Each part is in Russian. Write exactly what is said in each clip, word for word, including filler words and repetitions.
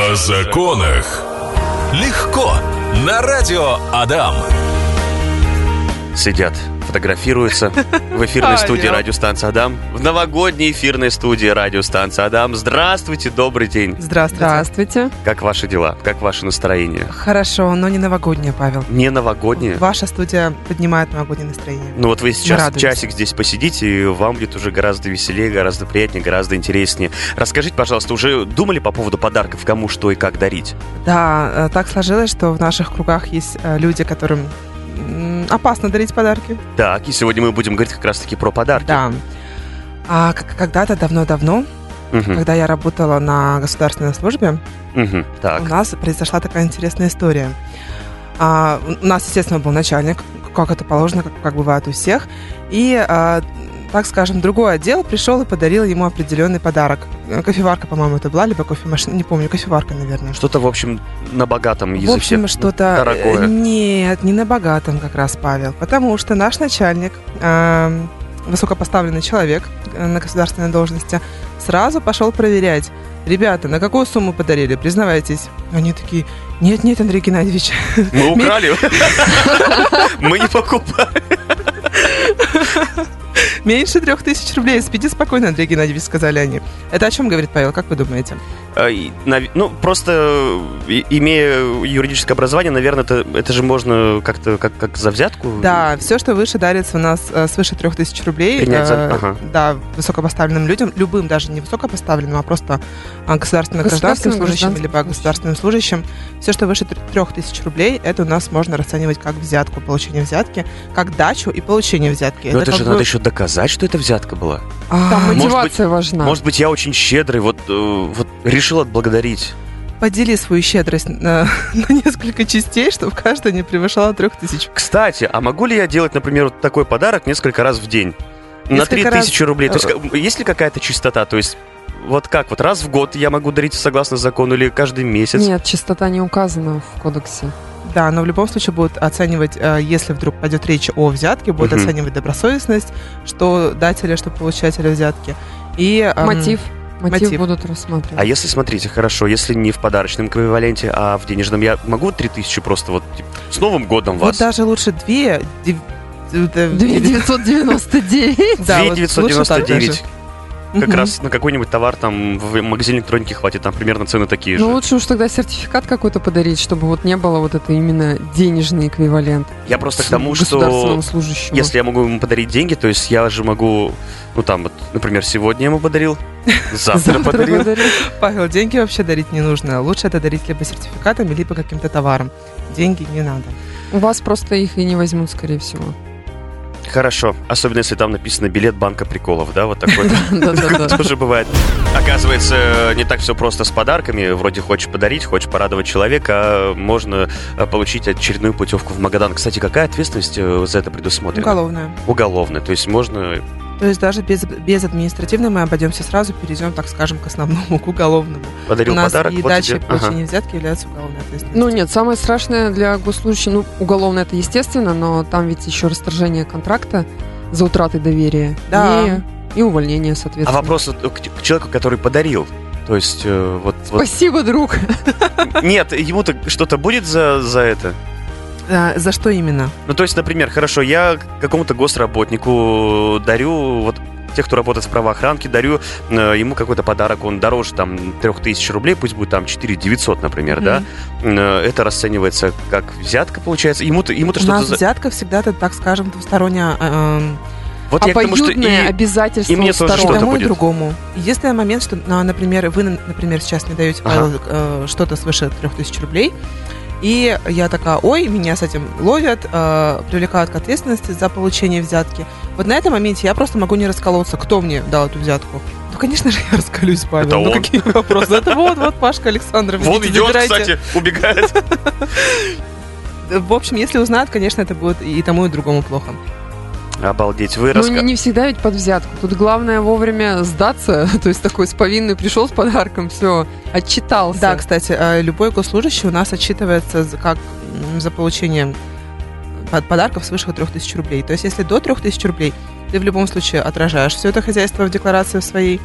О законах легко на радио Адам. Сидят, фотографируются в эфирной студии радиостанции Адам. В новогодней эфирной студии радиостанции Адам. Здравствуйте, добрый день. Здравствуйте. Здравствуйте. Как ваши дела? Как ваше настроение? Хорошо, но не новогоднее, Павел. Не новогоднее? Ваша студия поднимает новогоднее настроение. Ну вот вы сейчас часик здесь посидите, и вам будет уже гораздо веселее, гораздо приятнее, гораздо интереснее. Расскажите, пожалуйста, уже думали по поводу подарков, кому что и как дарить? Да, так сложилось, что в наших кругах есть люди, которым опасно дарить подарки. Так, и сегодня мы будем говорить как раз-таки про подарки. Да. А когда-то давно-давно, угу. когда я работала на государственной службе, угу. так. у нас произошла такая интересная история. А, у нас, естественно, был начальник, как это положено, как, как бывает у всех. И, а, так скажем, другой отдел пришел и подарил ему определенный подарок. Кофеварка, по-моему, это была, либо кофемашина, не помню, кофеварка, наверное. Что-то, в общем, на богатом языке. В общем, что-то... Дорогое. Нет, не на богатом как раз, Павел. Потому что наш начальник, э, высокопоставленный человек на государственной должности, сразу пошел проверять. Ребята, на какую сумму подарили? Признавайтесь. Они такие, нет-нет, Андрей Геннадьевич. Мы украли. Мы не покупали. Меньше трех тысяч рублей. Спите спокойно, Андрей Геннадьевич, сказали они. Это о чем говорит Павел, как вы думаете? Ну, просто имея юридическое образование, наверное, это, это же можно как-то как, как за взятку. Да, все, что выше дарится у нас свыше трех тысяч рублей, за... ага. да, высокопоставленным людям, любым, даже не высокопоставленным, а просто государственно-гражданским служащим, либо государственным служащим, все, что выше трех тысяч рублей, это у нас можно расценивать как взятку, получение взятки, как дачу и получение взятки. Но это, это же бы... надо еще доказать, что это взятка была. Там мотивация может быть, важна. Может быть, я очень щедрый, вот, вот решил отблагодарить. Подели свою щедрость на, на несколько частей, чтобы каждая не превышала трех тысяч. Кстати, а могу ли я делать, например, вот такой подарок несколько раз в день? Несколько на три тысячи раз... рублей. То есть, есть ли какая-то частота? То есть, вот как? Вот раз в год я могу дарить согласно закону или каждый месяц? Нет, частота не указана в кодексе. Да, но в любом случае будут оценивать, если вдруг пойдет речь о взятке, будут uh-huh. оценивать добросовестность, что дателя, что получателя взятки. И, мотив. Эм, мотив. Мотив будут рассматривать. А если, смотрите, хорошо, если не в подарочном эквиваленте, а в денежном, я могу три тысячи просто вот типа, с Новым годом вас? Вот даже лучше две. две девятьсот девяносто девять. две девятьсот девяносто девять. Как uh-huh. раз на какой-нибудь товар там в магазине электроники хватит, там примерно цены такие ну, же. Ну, лучше уж тогда сертификат какой-то подарить, чтобы вот не было вот это именно денежный эквивалент. Я просто к тому, что если я могу ему подарить деньги, то есть я же могу, ну там вот, например, сегодня я ему подарил, завтра подарил. Павел, деньги вообще дарить не нужно. Лучше это дарить либо сертификатами, либо каким-то товаром. Деньги не надо. У вас просто их и не возьмут, скорее всего. Хорошо, особенно если там написано билет банка приколов, да, вот такой. Да-да-да. Тоже бывает. Оказывается, не так все просто с подарками. Вроде хочешь подарить, хочешь порадовать человека, а можно получить очередную путевку в Магадан. Кстати, какая ответственность за это предусмотрена? Уголовная. Уголовная, то есть можно... То есть даже без, без административной мы обойдемся сразу, перейдем, так скажем, к основному, к уголовному. Подарил У нас подарок, и вот дача, тебе. и получение Ага. взятки являются уголовной ответственностью. Ну нет, самое страшное для госслужащих, ну, уголовное это естественно, но там ведь еще расторжение контракта за утратой доверия. Да. И, и увольнение, соответственно. А вопрос вот к, к человеку, который подарил. То есть, э, вот, вот... Спасибо, друг. Нет, ему-то что-то будет за, за это? А, за что именно? Ну, то есть, например, хорошо, я какому-то госработнику дарю, вот, тех, кто работает в правоохранке, дарю э, ему какой-то подарок, он дороже там трех тысяч рублей, пусть будет там четыре тысячи девятьсот, например, mm-hmm. да, э, это расценивается как взятка, получается, ему-то, ему-то У что-то... нас за... взятка всегда-то, так скажем, двусторонняя... Э, вот я к тому, что и, обязательство и мне тоже сторон. что-то тому будет. И другому. Единственный момент, что, например, вы, например, сейчас мне даете ага. э, что-то свыше трех тысяч рублей, и я такая, ой, меня с этим ловят, э, привлекают к ответственности за получение взятки. Вот на этом моменте я просто могу не расколоться, кто мне дал эту взятку. Ну, конечно же, я расколюсь, Павел. Это ну, он. какие вопросы? Это вот, вот Пашка Александров. Вон идет, кстати, убегает. В общем, если узнают, конечно, это будет и тому, и другому плохо. Обалдеть, вы Ну, раска... не, не всегда ведь под взятку. Тут главное вовремя сдаться. То есть такой с повинной пришел с подарком, все, отчитался. Да, кстати, любой госслужащий у нас отчитывается как за получение подарков свыше трех тысяч рублей. То есть если до трех тысяч рублей, ты в любом случае отражаешь все это хозяйство в декларации своей,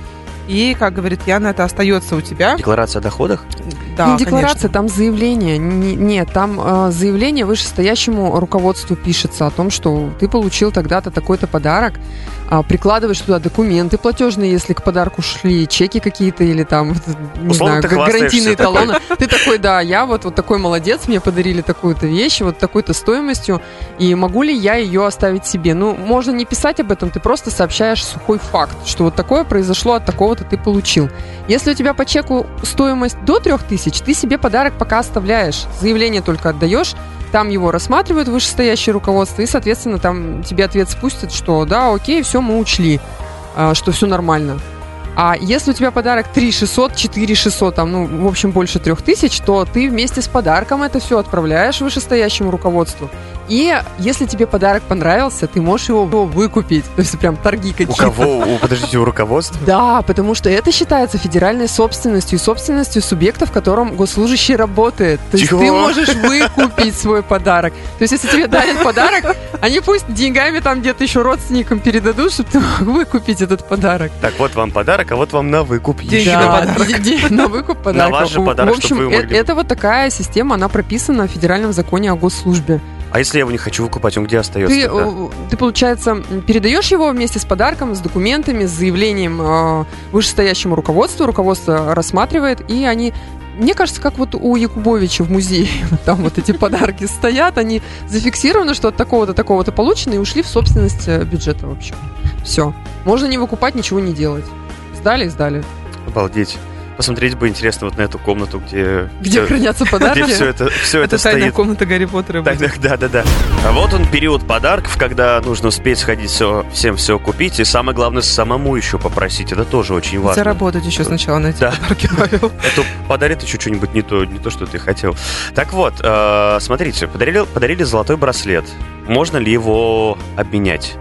И, как говорит Яна, это остается у тебя. Декларация о доходах? Да, не декларация, конечно. там заявление. Не- Нет, там э, заявление вышестоящему руководству пишется о том, что ты получил тогда-то такой-то подарок, а, прикладываешь туда документы платежные, если к подарку шли чеки какие-то или там, не Условно, знаю, ты га- гарантийные хвастаешься такой. талоны. Ты такой, да, я вот, вот такой молодец, мне подарили такую-то вещь, вот такой-то стоимостью, и могу ли я ее оставить себе? Ну, можно не писать об этом, ты просто сообщаешь сухой факт, что вот такое произошло, от такого-то ты получил. Если у тебя по чеку стоимость до трех тысяч, ты себе подарок пока оставляешь, заявление только отдаешь, там его рассматривают вышестоящее руководство, и, соответственно, там тебе ответ спустят, что да, окей, все, мы учли, а, что все нормально. А если у тебя подарок три шестьсот, четыре шестьсот, там, ну, в общем, больше трех тысяч, то ты вместе с подарком это все отправляешь вышестоящему руководству. И если тебе подарок понравился, ты можешь его выкупить. То есть прям торги У какие-то. кого? У, подождите, у руководства? Да, потому что это считается федеральной собственностью и собственностью субъекта, в котором госслужащий работает. То есть Чего? ты можешь выкупить свой подарок. То есть если тебе дарят подарок, они пусть деньгами там где-то еще родственникам передадут, чтобы ты мог выкупить этот подарок. Так, вот вам подарок, а вот вам на выкуп Деньги еще. на Да, подарок. де- де- на выкуп подарка. ваш же В- подарок, В общем, чтобы вы э- могли- это вот такая система, она прописана в федеральном законе о госслужбе. А если я его не хочу выкупать, он где остается? Ты, тогда? э, ты, получается, м, передаешь его вместе с подарком, с документами, с заявлением э, вышестоящему руководству. Руководство рассматривает, и они, мне кажется, как вот у Якубовича в музее. Там вот эти подарки стоят, они зафиксированы, что от такого-то, такого-то получено, и ушли в собственность э, бюджета вообще. Все. Можно не выкупать, ничего не делать. Сдали и сдали. Обалдеть. Посмотреть бы интересно вот на эту комнату, где... Где всё- хранятся подарки. Где все это, все это Это тайная стоит. комната Гарри Поттера Да, будет. да, да, да. А вот он период подарков, когда нужно успеть сходить все, всем все купить, и самое главное, самому еще попросить. Это тоже очень важно. Заработать еще сначала на эти Да. подарки, Павел. Это подарит еще что-нибудь не то, не то, что ты хотел. Так вот, э, смотрите, подарили, подарили золотой браслет. Можно ли его обменять?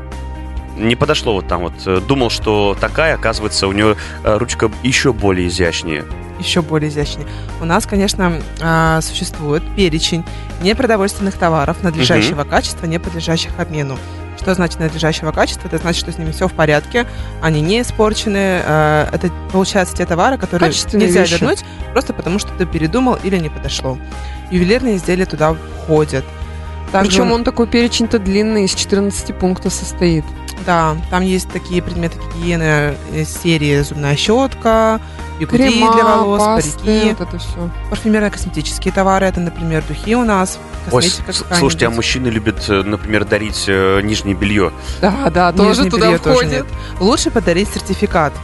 Не подошло вот там вот. э, Думал, что такая, оказывается, у нее э, ручка еще более изящнее. Еще более изящнее. У нас, конечно, а, существует перечень непродовольственных товаров надлежащего качества, не подлежащих обмену. Что значит надлежащего качества? Это значит, что с ними все в порядке, они не испорчены. а, Это, получается, те товары, которые Качественные нельзя вещи. вернуть просто потому, что ты передумал или не подошло. Ювелирные изделия туда входят. Также Причем он- он такой перечень-то длинный, из четырнадцати пунктов состоит. Да, там есть такие предметы гигиены из серии зубная щетка, бигуди Крема, для волос, пасты, парики, вот это все. парфюмерно-косметические товары. Это, например, духи у нас, Ой, косметика с- какая-нибудь. слушайте, а мужчины любят, э, например, дарить э, нижнее белье. Да, да, тоже Нижнее туда белье тоже входит. нет. Лучше подарить сертификат.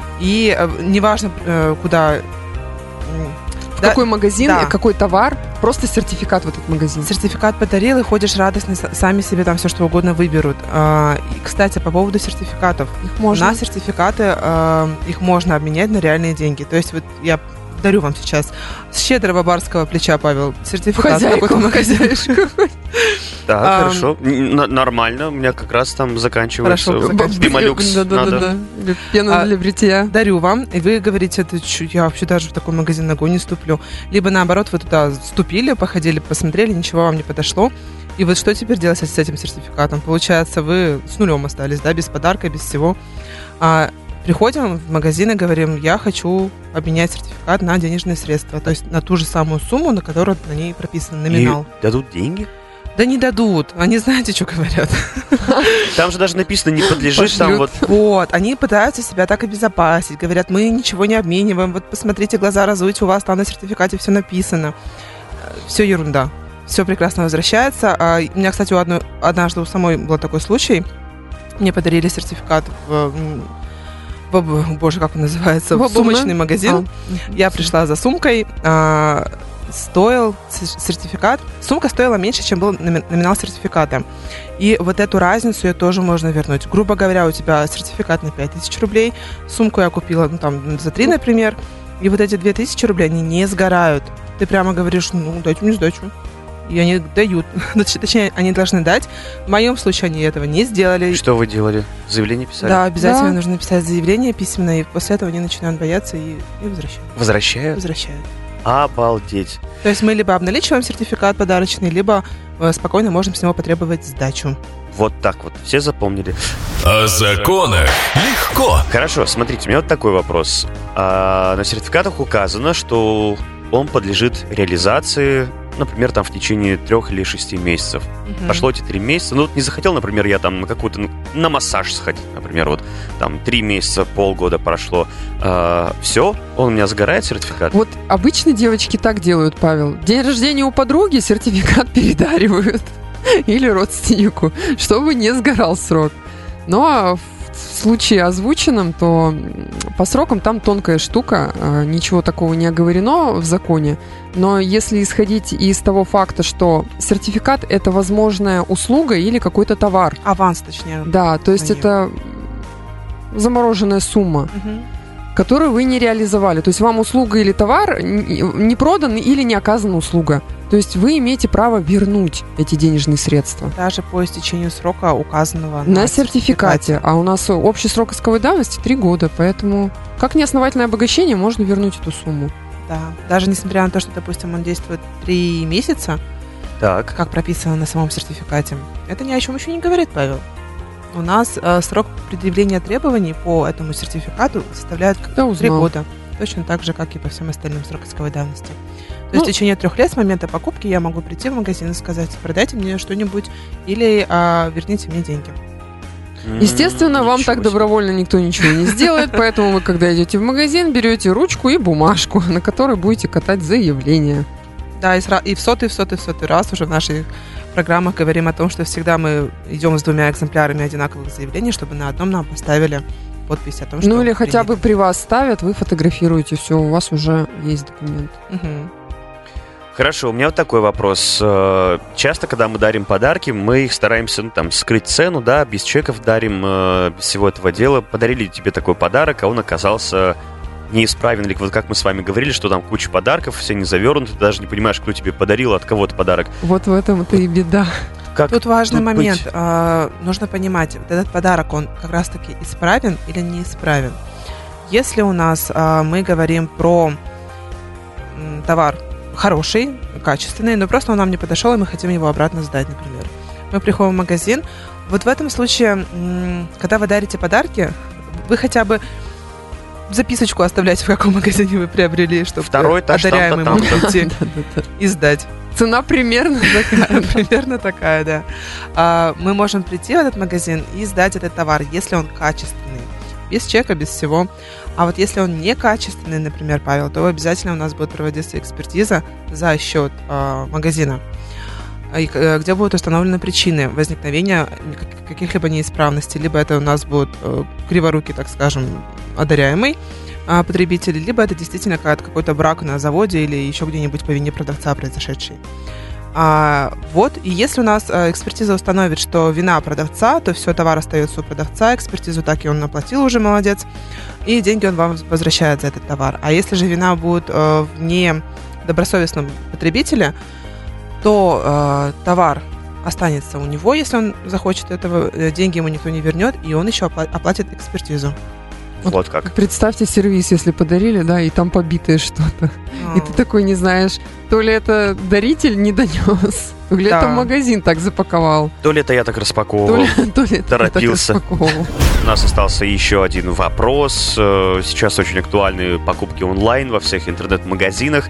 И э, неважно, э, куда... м, В да, какой магазин, да. и какой товар, просто сертификат в этот магазин. сертификат подарил, и ходишь радостный, с- сами себе там все что угодно выберут. А, и, кстати, по поводу сертификатов. Их можно. На сертификаты э, их можно обменять на реальные деньги. То есть вот я дарю вам сейчас с щедрого барского плеча, Павел, сертификат в Хозяйку, какой-то магазин. хозяйку. Так, А, хорошо. Н- нормально, у меня как раз там заканчивается Хорошо, э, заканчивается. пемолюкс. Да, да, да, надо. да. Или пена А, для бритья. Дарю вам, и вы говорите, это чё, я вообще даже в такой магазин ногой не ступлю. Либо наоборот, вы туда вступили, походили, посмотрели, ничего вам не подошло. И вот что теперь делать с этим сертификатом? Получается, вы с нулем остались, да, без подарка, без всего. А, приходим в магазин и говорим, я хочу обменять сертификат на денежные средства, то есть на ту же самую сумму, на которую на ней прописан номинал. И дадут деньги? Да не дадут, они знаете, что говорят. Там же даже написано, не подлежит, там вот... Пошлют. Вот, они пытаются себя так обезопасить, говорят, мы ничего не обмениваем, вот посмотрите, глаза разуйте, у вас там на сертификате все написано. Все ерунда. Все прекрасно возвращается. А у меня, кстати, у одной, однажды у самой был такой случай. Мне подарили сертификат в, м, в об- боже, как он называется, В в обувной? сумочный магазин. А. Я пришла за сумкой, а, стоил с- сертификат. Сумка стоила меньше, чем был номи- номинал сертификата. И вот эту разницу ее тоже можно вернуть. Грубо говоря, у тебя сертификат на пять тысяч рублей, сумку я купила, ну, там, за три, например, и вот эти две тысячи рублей, они не сгорают. Ты прямо говоришь, ну, дайте мне сдачу. И они дают. Точ- Точнее, они должны дать. В моем случае они этого не сделали. Что вы делали? Заявление писали? Да, обязательно Да. нужно написать заявление письменное, и после этого они начинают бояться и, и возвращают. Возвращают? Возвращают. Обалдеть. То есть мы либо обналичиваем сертификат подарочный, либо э, спокойно можем с него потребовать сдачу. Вот так вот. Все запомнили. О законах легко. легко. Хорошо, смотрите, у меня вот такой вопрос. А, на сертификатах указано, что он подлежит реализации, например, там в течение трех или шести месяцев. Мгм. Прошло эти три месяца. Ну, вот не захотел, например, я там на какую-то, ну, на массаж сходить, например, вот там три месяца, полгода прошло. А, все, он у меня сгорает, сертификат. Вот обычно девочки так делают, Павел. День рождения у подруги, сертификат передаривают. Или родственнику, чтобы не сгорал срок. Ну, а в случае озвученном, то по срокам там тонкая штука, ничего такого не оговорено в законе. Но если исходить из того факта, что сертификат – это возможная услуга или какой-то товар. Аванс, точнее. Да, то есть на неё. это замороженная сумма, Мгм. которую вы не реализовали. То есть вам услуга или товар не продан или не оказана услуга. То есть вы имеете право вернуть эти денежные средства. Даже по истечению срока, указанного На сертификате. А у нас общий срок исковой давности три года. Поэтому как неосновательное обогащение можно вернуть эту сумму. Да. Даже несмотря на то, что, допустим, он действует три месяца, Так. как прописано на самом сертификате, это ни о чем еще не говорит, Павел. У нас э, срок предъявления требований по этому сертификату составляет Когда три узнал? года. Точно так же, как и по всем остальным срокам исковой давности. То Ну, есть в течение трех лет с момента покупки я могу прийти в магазин и сказать: продайте мне что-нибудь или а, верните мне деньги. Естественно, М, вам ничего так себе. добровольно никто ничего не сделает, поэтому вы, когда идете в магазин, берете ручку и бумажку, на которой будете катать заявление. Да, и, сра- и в сотый, в сотый, в сотый раз уже в наших программах говорим о том, что всегда мы идем с двумя экземплярами одинаковых заявлений, чтобы на одном нам поставили подпись о том, что... Ну или хотя бы принято. при вас ставят, вы фотографируете, все, у вас уже есть документ. Мгм. Хорошо, у меня вот такой вопрос. Э, Часто, когда мы дарим подарки, мы их стараемся, ну, там, скрыть цену, да, без чеков дарим, э, без всего этого дела. Подарили тебе такой подарок, а он оказался неисправен. Или вот как мы с вами говорили, что там куча подарков, все не завернуты, ты даже не понимаешь, кто тебе подарил, от кого-то подарок. Вот в этом-то и беда. Как Тут важный тут момент. быть? А, нужно понимать, вот этот подарок, он как раз-таки исправен или неисправен. Если у нас а, мы говорим про м, товар хороший, качественный, но просто он нам не подошел, и мы хотим его обратно сдать, например. Мы приходим в магазин. Вот в этом случае, м, когда вы дарите подарки, вы хотя бы записочку оставляйте, в каком магазине вы приобрели, чтобы Второй этаж, одаряемый там-то, мог там-то. прийти Да-да-да. и сдать. Цена примерно такая. Примерно такая, да. А, Мы можем прийти в этот магазин и сдать этот товар, если он качественный. Без чека, без всего. А вот если он некачественный, например, Павел, то обязательно у нас будет проводиться экспертиза за счет а, магазина, и, э, где будут установлены причины возникновения как- каких-либо неисправностей. Либо это у нас будет э, криворукий, так скажем, одаряемый а, потребитель, либо это действительно какая-то- какой-то брак на заводе или еще где-нибудь по вине продавца произошедший. А, вот, и если у нас а, экспертиза установит, что вина продавца, то все, товар остается у продавца, экспертизу так и он оплатил уже, молодец, и деньги он вам возвращает за этот товар. А если же вина будет э, в недобросовестном потребителе, то э, товар останется у него, если он захочет этого, э, деньги ему никто не вернет, и он еще опла- оплатит экспертизу. Вот как. Представьте сервис, если подарили, да, и там побитое что-то. И ты такой не знаешь, то ли это даритель не донес, то ли Да. это магазин так запаковал, То ли это я так то распаковывал. ли, то ли это Торопился. так распаковывал. У нас остался еще один вопрос. Э, Сейчас очень актуальны покупки онлайн во всех интернет-магазинах.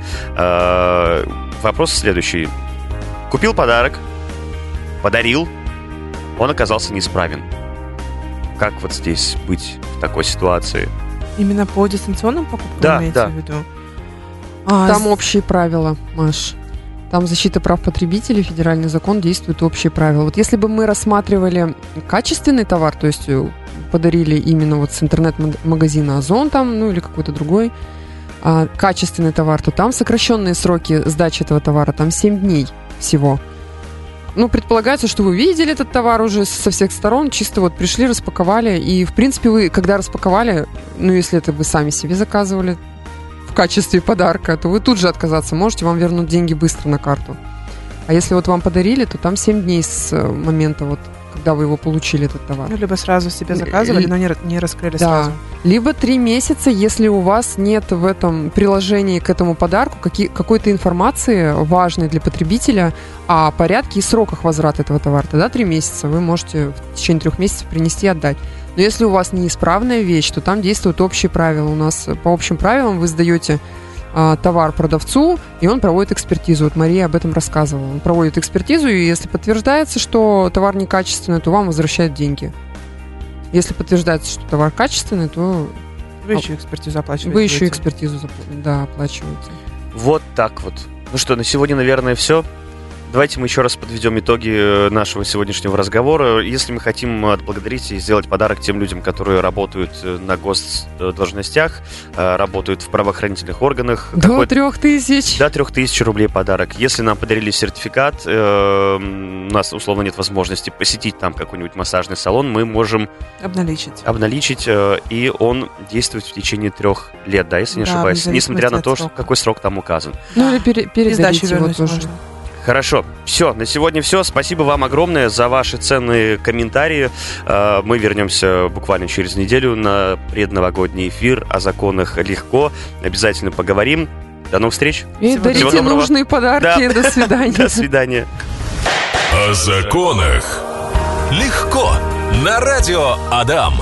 Э, Вопрос следующий. Купил подарок, подарил, он оказался неисправен. Как вот здесь быть в такой ситуации? Именно по дистанционным покупкам Да, имеете да. в виду? А, Там с- общие правила, Маш. Там защита прав потребителей, федеральный закон, действуют общие правила. Вот если бы мы рассматривали качественный товар, то есть э, подарили именно вот с интернет-магазина Озон там, ну или какой-то другой, а, качественный товар, то там сокращенные сроки сдачи этого товара, там семь дней всего. Ну, предполагается, что вы видели этот товар уже со всех сторон, чисто вот пришли, распаковали, и, в принципе, вы, когда распаковали, ну, если это вы сами себе заказывали в качестве подарка, то вы тут же отказаться можете, вам вернут деньги быстро на карту. А если вот вам подарили, то там семь дней с э, момента, вот, когда вы его получили, этот товар. Ну, либо сразу себе заказывали, Л- но не, р- не раскрыли Да. сразу. Либо три месяца, если у вас нет в этом приложении к этому подарку какие, какой-то информации важной для потребителя о порядке и сроках возврата этого товара. Тогда три месяца вы можете в течение трех месяцев принести и отдать. Но если у вас неисправная вещь, то там действуют общие правила. У нас по общим правилам вы сдаете а, товар продавцу, и он проводит экспертизу. Вот Мария об этом рассказывала. Он проводит экспертизу, и если подтверждается, что товар некачественный, то вам возвращают деньги. Если подтверждается, что товар качественный, то... Вы еще экспертизу оплачиваете. Вы еще экспертизу да, оплачиваете. Вот так вот. Ну что, на сегодня, наверное, все. Давайте мы еще раз подведем итоги нашего сегодняшнего разговора. Если мы хотим отблагодарить и сделать подарок тем людям, которые работают на госдолжностях, работают в правоохранительных органах. До трех тысяч. До трех тысяч рублей подарок. Если нам подарили сертификат, э, у нас, условно, нет возможности посетить там какой-нибудь массажный салон, мы можем... Обналичить. Обналичить, э, и он действует в течение трех лет, да, если не да, ошибаюсь, несмотря на то, что, какой срок там указан. Ну или пере- передачи его тоже. Можно. Хорошо. Все, на сегодня все. Спасибо вам огромное за ваши ценные комментарии. Мы вернемся буквально через неделю на предновогодний эфир о законах легко. Обязательно поговорим. До новых встреч. И дарите нужные подарки. Да. До свидания. До свидания. О законах легко на радио Адам.